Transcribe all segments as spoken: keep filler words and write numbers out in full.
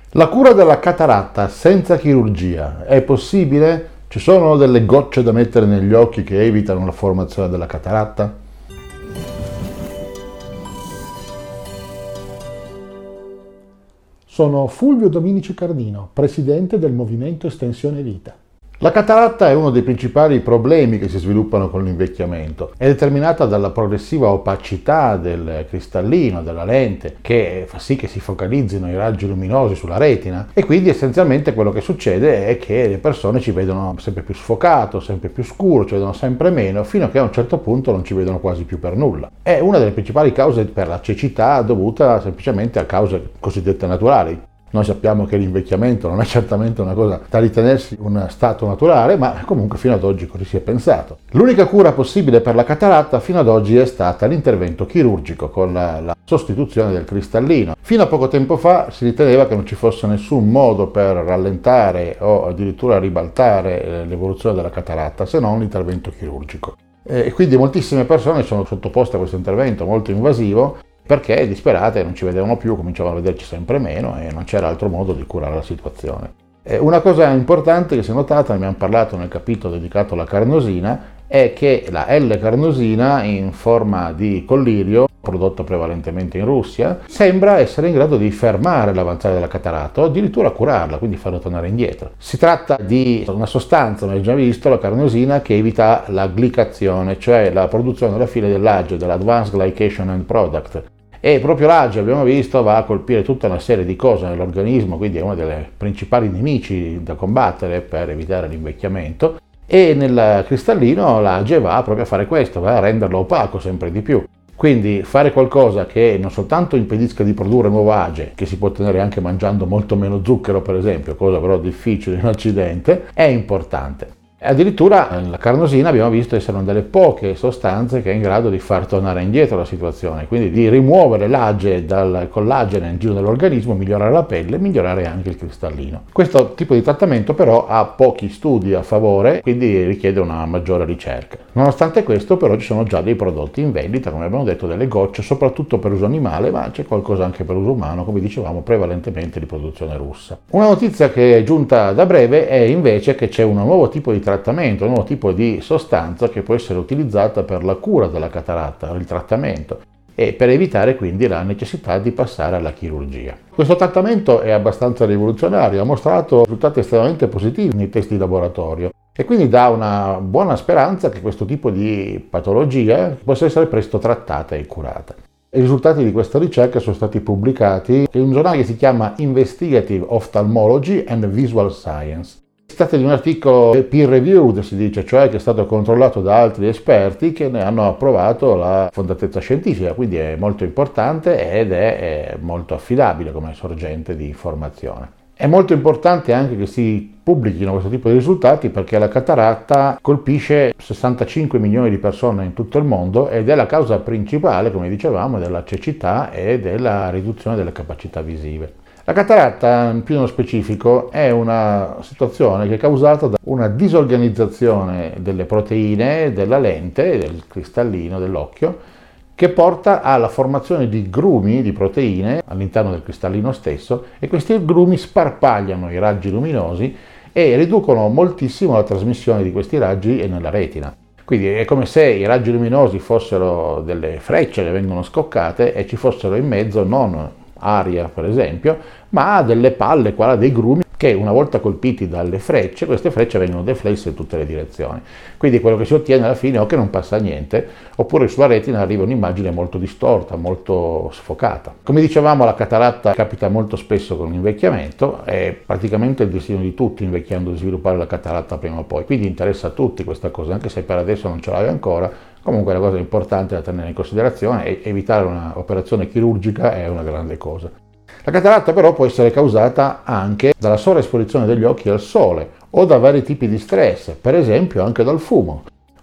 La cura della cataratta senza chirurgia è possibile? Ci sono delle gocce da mettere negli occhi che evitano la formazione della cataratta? Sono Fulvio Dominici Cardino, presidente del Movimento Estensione Vita. La cataratta è uno dei principali problemi che si sviluppano con l'invecchiamento. È determinata dalla progressiva opacità del cristallino, della lente, che fa sì che si focalizzino i raggi luminosi sulla retina, e quindi essenzialmente quello che succede è che le persone ci vedono sempre più sfocato, sempre più scuro, ci vedono sempre meno, fino a che a un certo punto non ci vedono quasi più per nulla. È una delle principali cause per la cecità dovuta semplicemente a cause cosiddette naturali. Noi sappiamo che l'invecchiamento non è certamente una cosa da ritenersi un stato naturale, ma comunque fino ad oggi così si è pensato. L'unica cura possibile per la cataratta fino ad oggi è stata l'intervento chirurgico con la, la sostituzione del cristallino. Fino a poco tempo fa si riteneva che non ci fosse nessun modo per rallentare o addirittura ribaltare l'evoluzione della cataratta se non l'intervento chirurgico. E quindi moltissime persone sono sottoposte a questo intervento molto invasivo, perché disperate non ci vedevano più, cominciavano a vederci sempre meno e non c'era altro modo di curare la situazione. E una cosa importante che si è notata, ne abbiamo parlato nel capitolo dedicato alla carnosina, è che la L-carnosina in forma di collirio, prodotto prevalentemente in Russia, sembra essere in grado di fermare l'avanzare della cataratta o addirittura curarla, quindi farla tornare indietro. Si tratta di una sostanza, come abbiamo già visto, la carnosina, che evita la glicazione, cioè la produzione alla fine dell'A G E, dell'Advanced Glycation End Product. E proprio l'A G E, abbiamo visto, va a colpire tutta una serie di cose nell'organismo, quindi è uno dei principali nemici da combattere per evitare l'invecchiamento. E nel cristallino l'A G E va proprio a fare questo, va a renderlo opaco sempre di più. Quindi fare qualcosa che non soltanto impedisca di produrre nuovo A G E, che si può ottenere anche mangiando molto meno zucchero per esempio, cosa però difficile in Occidente, è importante. Addirittura la carnosina abbiamo visto essere una delle poche sostanze che è in grado di far tornare indietro la situazione, quindi di rimuovere l'A G E dal collagene in giro dell'organismo, migliorare la pelle e migliorare anche il cristallino. Questo tipo di trattamento però ha pochi studi a favore, quindi richiede una maggiore ricerca. Nonostante questo però ci sono già dei prodotti in vendita, come abbiamo detto, delle gocce, soprattutto per uso animale, ma c'è qualcosa anche per uso umano, come dicevamo, prevalentemente di produzione russa. Una notizia che è giunta da breve è invece che c'è un nuovo tipo di trattamento, un nuovo tipo di sostanza che può essere utilizzata per la cura della cataratta, il trattamento, e per evitare quindi la necessità di passare alla chirurgia. Questo trattamento è abbastanza rivoluzionario, ha mostrato risultati estremamente positivi nei test di laboratorio e quindi dà una buona speranza che questo tipo di patologia possa essere presto trattata e curata. I risultati di questa ricerca sono stati pubblicati in un giornale che si chiama Investigative Ophthalmology and Visual Science. Si tratta di un articolo peer reviewed, si dice, cioè che è stato controllato da altri esperti che ne hanno approvato la fondatezza scientifica, quindi è molto importante ed è molto affidabile come sorgente di informazione. È molto importante anche che si pubblichino questo tipo di risultati perché la cataratta colpisce sessantacinque milioni di persone in tutto il mondo ed è la causa principale, come dicevamo, della cecità e della riduzione delle capacità visive. La cataratta, più nello specifico, è una situazione che è causata da una disorganizzazione delle proteine della lente, del cristallino dell'occhio, che porta alla formazione di grumi di proteine all'interno del cristallino stesso, e questi grumi sparpagliano i raggi luminosi e riducono moltissimo la trasmissione di questi raggi nella retina. Quindi è come se i raggi luminosi fossero delle frecce che vengono scoccate e ci fossero in mezzo non aria per esempio, ma delle palle, qua dei grumi, che una volta colpiti dalle frecce, queste frecce vengono deflesse in tutte le direzioni. Quindi quello che si ottiene alla fine è o che non passa niente, oppure sulla retina arriva un'immagine molto distorta, molto sfocata. Come dicevamo, la cataratta capita molto spesso con l'invecchiamento, è praticamente il destino di tutti invecchiando di sviluppare la cataratta prima o poi, quindi interessa a tutti questa cosa, anche se per adesso non ce l'hai ancora. Comunque la cosa importante da tenere in considerazione è evitare un'operazione chirurgica, è una grande cosa. La cataratta però può essere causata anche dalla sola esposizione degli occhi al sole o da vari tipi di stress, per esempio anche dal fumo.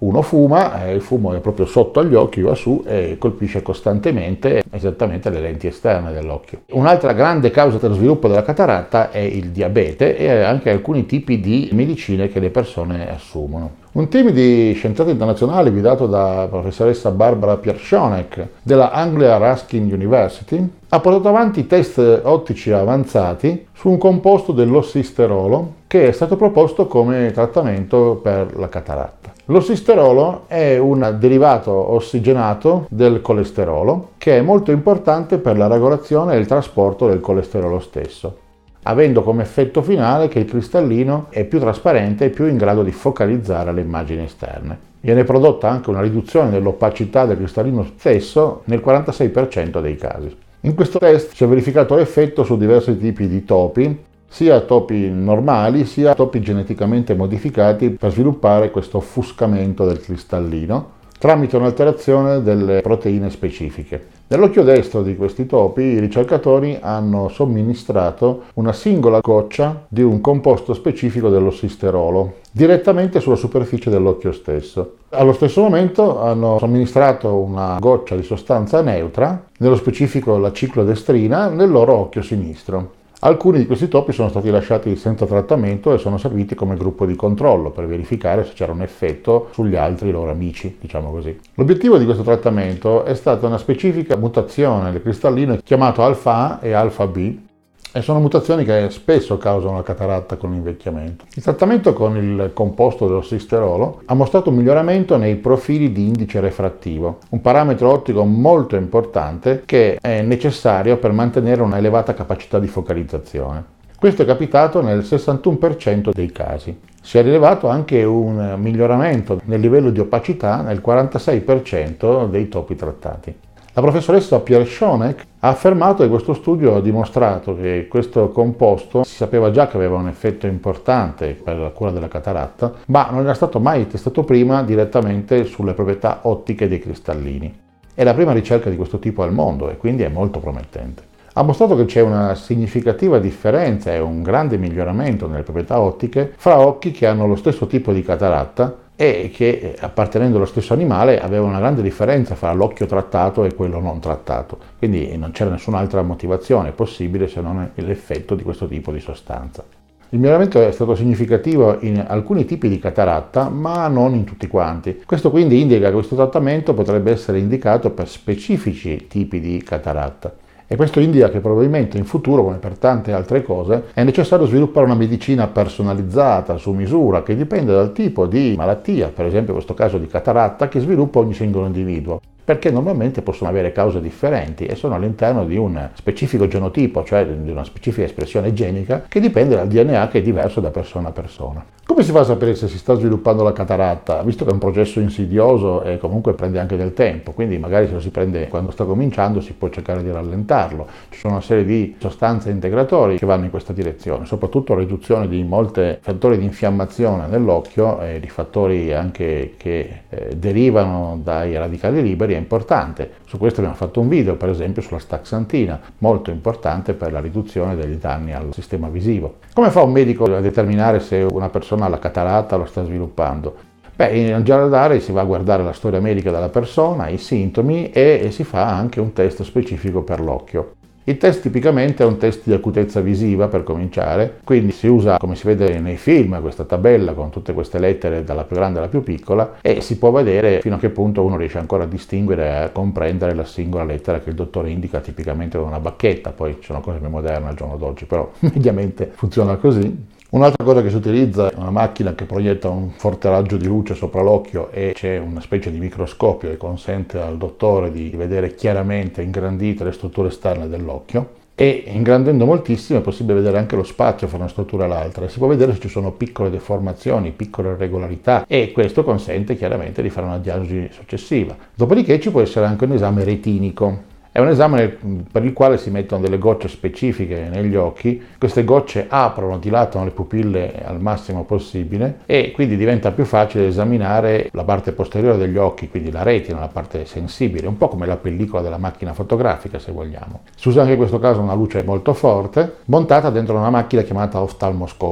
Uno fuma, eh, il fumo è proprio sotto agli occhi, va su e colpisce costantemente esattamente le lenti esterne dell'occhio. Un'altra grande causa dello sviluppo della cataratta è il diabete e anche alcuni tipi di medicine che le persone assumono. Un team di scienziati internazionali guidato da professoressa Barbara Pierschonek della Anglia Ruskin University ha portato avanti test ottici avanzati su un composto dell'ossisterolo che è stato proposto come trattamento per la cataratta. L'ossisterolo è un derivato ossigenato del colesterolo che è molto importante per la regolazione e il trasporto del colesterolo stesso, avendo come effetto finale che il cristallino è più trasparente e più in grado di focalizzare le immagini esterne. Viene prodotta anche una riduzione dell'opacità del cristallino stesso nel quarantasei per cento dei casi. In questo test si è verificato l'effetto su diversi tipi di topi, sia topi normali sia topi geneticamente modificati per sviluppare questo offuscamento del cristallino tramite un'alterazione delle proteine specifiche. Nell'occhio destro di questi topi i ricercatori hanno somministrato una singola goccia di un composto specifico dell'ossisterolo direttamente sulla superficie dell'occhio stesso. Allo stesso momento hanno somministrato una goccia di sostanza neutra, nello specifico la ciclodestrina, nel loro occhio sinistro. Alcuni di questi topi sono stati lasciati senza trattamento e sono serviti come gruppo di controllo per verificare se c'era un effetto sugli altri loro amici, diciamo così. L'obiettivo di questo trattamento è stata una specifica mutazione del cristallino chiamato alfa A e alfa B, e sono mutazioni che spesso causano la cataratta con l'invecchiamento. Il trattamento con il composto dell'ossisterolo ha mostrato un miglioramento nei profili di indice refrattivo, un parametro ottico molto importante che è necessario per mantenere una elevata capacità di focalizzazione. Questo è capitato nel sessantuno per cento dei casi. Si è rilevato anche un miglioramento nel livello di opacità nel quarantasei per cento dei topi trattati. La professoressa Pierschonek ha affermato che questo studio ha dimostrato che questo composto si sapeva già che aveva un effetto importante per la cura della cataratta, ma non era stato mai testato prima direttamente sulle proprietà ottiche dei cristallini. È la prima ricerca di questo tipo al mondo e quindi è molto promettente. Ha mostrato che c'è una significativa differenza e un grande miglioramento nelle proprietà ottiche fra occhi che hanno lo stesso tipo di cataratta e che, appartenendo allo stesso animale, aveva una grande differenza fra l'occhio trattato e quello non trattato. Quindi non c'era nessun'altra motivazione possibile se non l'effetto di questo tipo di sostanza. Il miglioramento è stato significativo in alcuni tipi di cataratta, ma non in tutti quanti. Questo quindi indica che questo trattamento potrebbe essere indicato per specifici tipi di cataratta. E questo indica che probabilmente in futuro, come per tante altre cose, è necessario sviluppare una medicina personalizzata, su misura, che dipende dal tipo di malattia, per esempio in questo caso di cataratta, che sviluppa ogni singolo individuo, perché normalmente possono avere cause differenti e sono all'interno di un specifico genotipo, cioè di una specifica espressione genica, che dipende dal D N A che è diverso da persona a persona. Come si fa a sapere se si sta sviluppando la cataratta? Visto che è un processo insidioso e comunque prende anche del tempo, quindi magari se lo si prende quando sta cominciando si può cercare di rallentarlo. Ci sono una serie di sostanze integratori che vanno in questa direzione, soprattutto la riduzione di molti fattori di infiammazione nell'occhio e di fattori anche che eh, derivano dai radicali liberi è importante. Su questo abbiamo fatto un video, per esempio sulla staxantina, molto importante per la riduzione degli danni al sistema visivo. Come fa un medico a determinare se una persona ha la cataratta o lo sta sviluppando? Beh, in generale si va a guardare la storia medica della persona, i sintomi e, e si fa anche un test specifico per l'occhio. Il test tipicamente è un test di acutezza visiva per cominciare, quindi si usa, come si vede nei film, questa tabella con tutte queste lettere dalla più grande alla più piccola e si può vedere fino a che punto uno riesce ancora a distinguere e a comprendere la singola lettera che il dottore indica tipicamente con una bacchetta. Poi ci sono cose più moderne al giorno d'oggi, però mediamente funziona così. Un'altra cosa che si utilizza è una macchina che proietta un forte raggio di luce sopra l'occhio e c'è una specie di microscopio che consente al dottore di vedere chiaramente ingrandite le strutture esterne dell'occhio e ingrandendo moltissimo è possibile vedere anche lo spazio fra una struttura e l'altra. Si può vedere se ci sono piccole deformazioni, piccole irregolarità e questo consente chiaramente di fare una diagnosi successiva. Dopodiché ci può essere anche un esame retinico. È un esame per il quale si mettono delle gocce specifiche negli occhi, queste gocce aprono, dilatano le pupille al massimo possibile e quindi diventa più facile esaminare la parte posteriore degli occhi, quindi la retina, la parte sensibile, un po' come la pellicola della macchina fotografica se vogliamo. Si usa anche in questo caso una luce molto forte, montata dentro una macchina chiamata oftalmoscopio.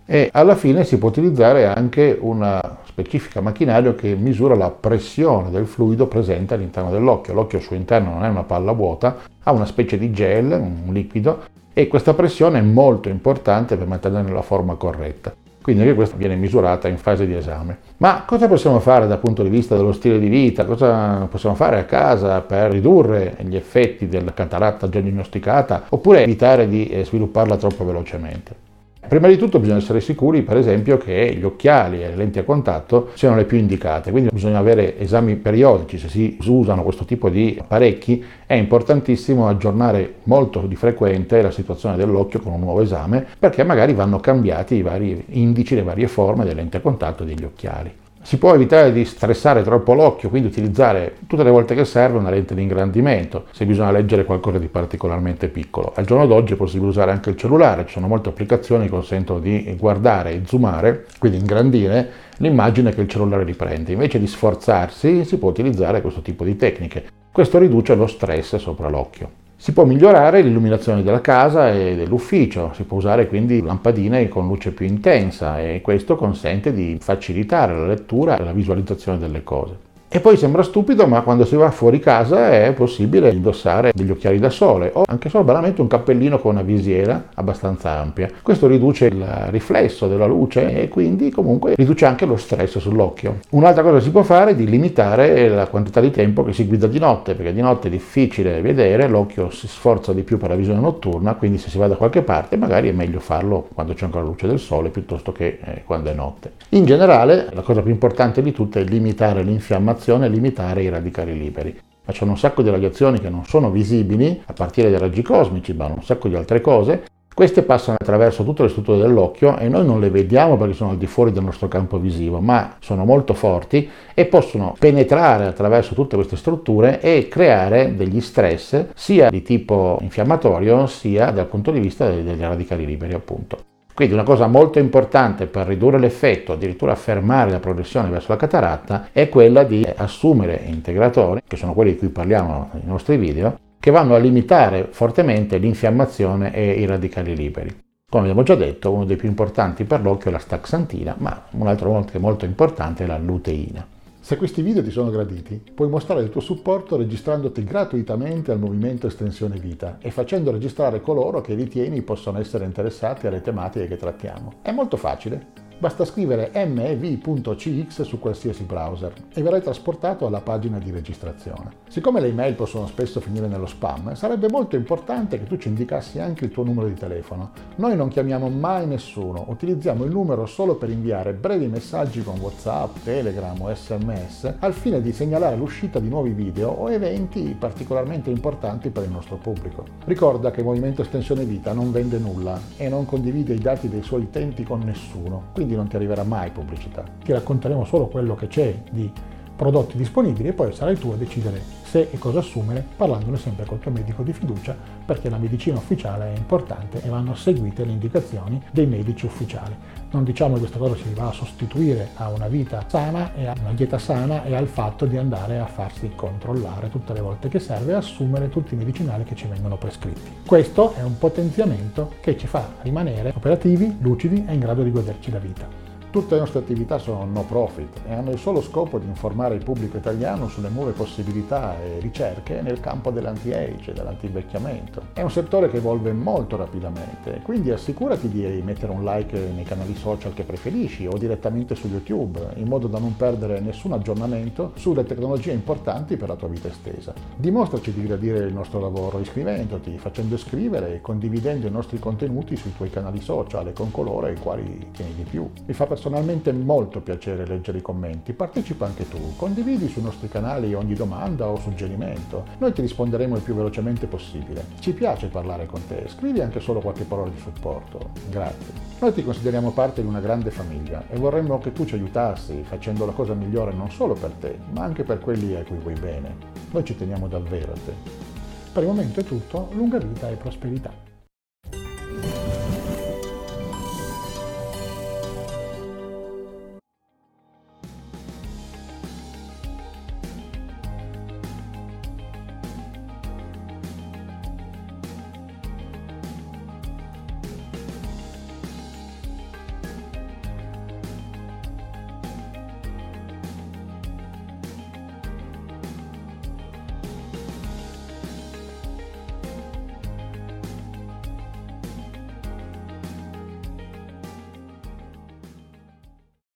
e alla fine si può utilizzare anche una specifica macchinario che misura la pressione del fluido presente all'interno dell'occhio. L'occhio al suo interno non è una palla vuota, ha una specie di gel, un liquido, e questa pressione è molto importante per mantenere la forma corretta. Quindi anche questa viene misurata in fase di esame. Ma cosa possiamo fare dal punto di vista dello stile di vita? Cosa possiamo fare a casa per ridurre gli effetti della cataratta già diagnosticata oppure evitare di svilupparla troppo velocemente? Prima di tutto bisogna essere sicuri, per esempio, che gli occhiali e le lenti a contatto siano le più indicate, quindi bisogna avere esami periodici. Se si usano questo tipo di apparecchi è importantissimo aggiornare molto di frequente la situazione dell'occhio con un nuovo esame, perché magari vanno cambiati i vari indici, le varie forme delle lenti a contatto e degli occhiali. Si può evitare di stressare troppo l'occhio, quindi utilizzare tutte le volte che serve una lente di ingrandimento, se bisogna leggere qualcosa di particolarmente piccolo. Al giorno d'oggi è possibile usare anche il cellulare, ci sono molte applicazioni che consentono di guardare e zoomare, quindi ingrandire l'immagine che il cellulare riprende. Invece di sforzarsi si può utilizzare questo tipo di tecniche. Questo riduce lo stress sopra l'occhio. Si può migliorare l'illuminazione della casa e dell'ufficio, si può usare quindi lampadine con luce più intensa e questo consente di facilitare la lettura e la visualizzazione delle cose. E poi sembra stupido, ma quando si va fuori casa è possibile indossare degli occhiali da sole o anche solo banalmente un cappellino con una visiera abbastanza ampia. Questo riduce il riflesso della luce e quindi comunque riduce anche lo stress sull'occhio. Un'altra cosa che si può fare è di limitare la quantità di tempo che si guida di notte, perché di notte è difficile vedere, l'occhio si sforza di più per la visione notturna, quindi se si va da qualche parte magari è meglio farlo quando c'è ancora la luce del sole piuttosto che eh, quando è notte. In generale la cosa più importante di tutto è limitare l'infiammazione e limitare i radicali liberi. Ma c'è un sacco di radiazioni che non sono visibili, a partire dai raggi cosmici, ma un sacco di altre cose. Queste passano attraverso tutte le strutture dell'occhio e noi non le vediamo perché sono al di fuori del nostro campo visivo, ma sono molto forti e possono penetrare attraverso tutte queste strutture e creare degli stress sia di tipo infiammatorio sia dal punto di vista dei radicali liberi, appunto. Quindi una cosa molto importante per ridurre l'effetto, addirittura fermare la progressione verso la cataratta, è quella di assumere integratori, che sono quelli di cui parliamo nei nostri video, che vanno a limitare fortemente l'infiammazione e i radicali liberi. Come abbiamo già detto, uno dei più importanti per l'occhio è la staxantina, ma un altro molto, molto importante è la luteina. Se questi video ti sono graditi, puoi mostrare il tuo supporto registrandoti gratuitamente al Movimento Estensione Vita e facendo registrare coloro che ritieni possono essere interessati alle tematiche che trattiamo. È molto facile. Basta scrivere m e v punto c x su qualsiasi browser e verrai trasportato alla pagina di registrazione. Siccome le email possono spesso finire nello spam, sarebbe molto importante che tu ci indicassi anche il tuo numero di telefono. Noi non chiamiamo mai nessuno, utilizziamo il numero solo per inviare brevi messaggi con WhatsApp, Telegram o S M S al fine di segnalare l'uscita di nuovi video o eventi particolarmente importanti per il nostro pubblico. Ricorda che il Movimento Estensione Vita non vende nulla e non condivide i dati dei suoi utenti con nessuno, quindi non ti arriverà mai pubblicità. Ti racconteremo solo quello che c'è di prodotti disponibili e poi sarai tu a decidere se e cosa assumere, parlandone sempre col tuo medico di fiducia, perché la medicina ufficiale è importante e vanno seguite le indicazioni dei medici ufficiali. Non diciamo che questa cosa si va a sostituire a una vita sana e a una dieta sana e al fatto di andare a farsi controllare tutte le volte che serve e assumere tutti i medicinali che ci vengono prescritti. Questo è un potenziamento che ci fa rimanere operativi, lucidi e in grado di goderci la vita. Tutte le nostre attività sono no profit e hanno il solo scopo di informare il pubblico italiano sulle nuove possibilità e ricerche nel campo dell'anti-age e dell'antivecchiamento. È un settore che evolve molto rapidamente, quindi assicurati di mettere un like nei canali social che preferisci o direttamente su YouTube, in modo da non perdere nessun aggiornamento sulle tecnologie importanti per la tua vita estesa. Dimostraci di gradire il nostro lavoro iscrivendoti, facendo iscrivere e condividendo i nostri contenuti sui tuoi canali social e con coloro ai quali tieni di più. Mi fa personalmente molto piacere leggere i commenti, partecipa anche tu, condividi sui nostri canali ogni domanda o suggerimento, noi ti risponderemo il più velocemente possibile. Ci piace parlare con te, scrivi anche solo qualche parola di supporto, grazie. Noi ti consideriamo parte di una grande famiglia e vorremmo che tu ci aiutassi facendo la cosa migliore non solo per te, ma anche per quelli a cui vuoi bene. Noi ci teniamo davvero a te. Per il momento è tutto, lunga vita e prosperità.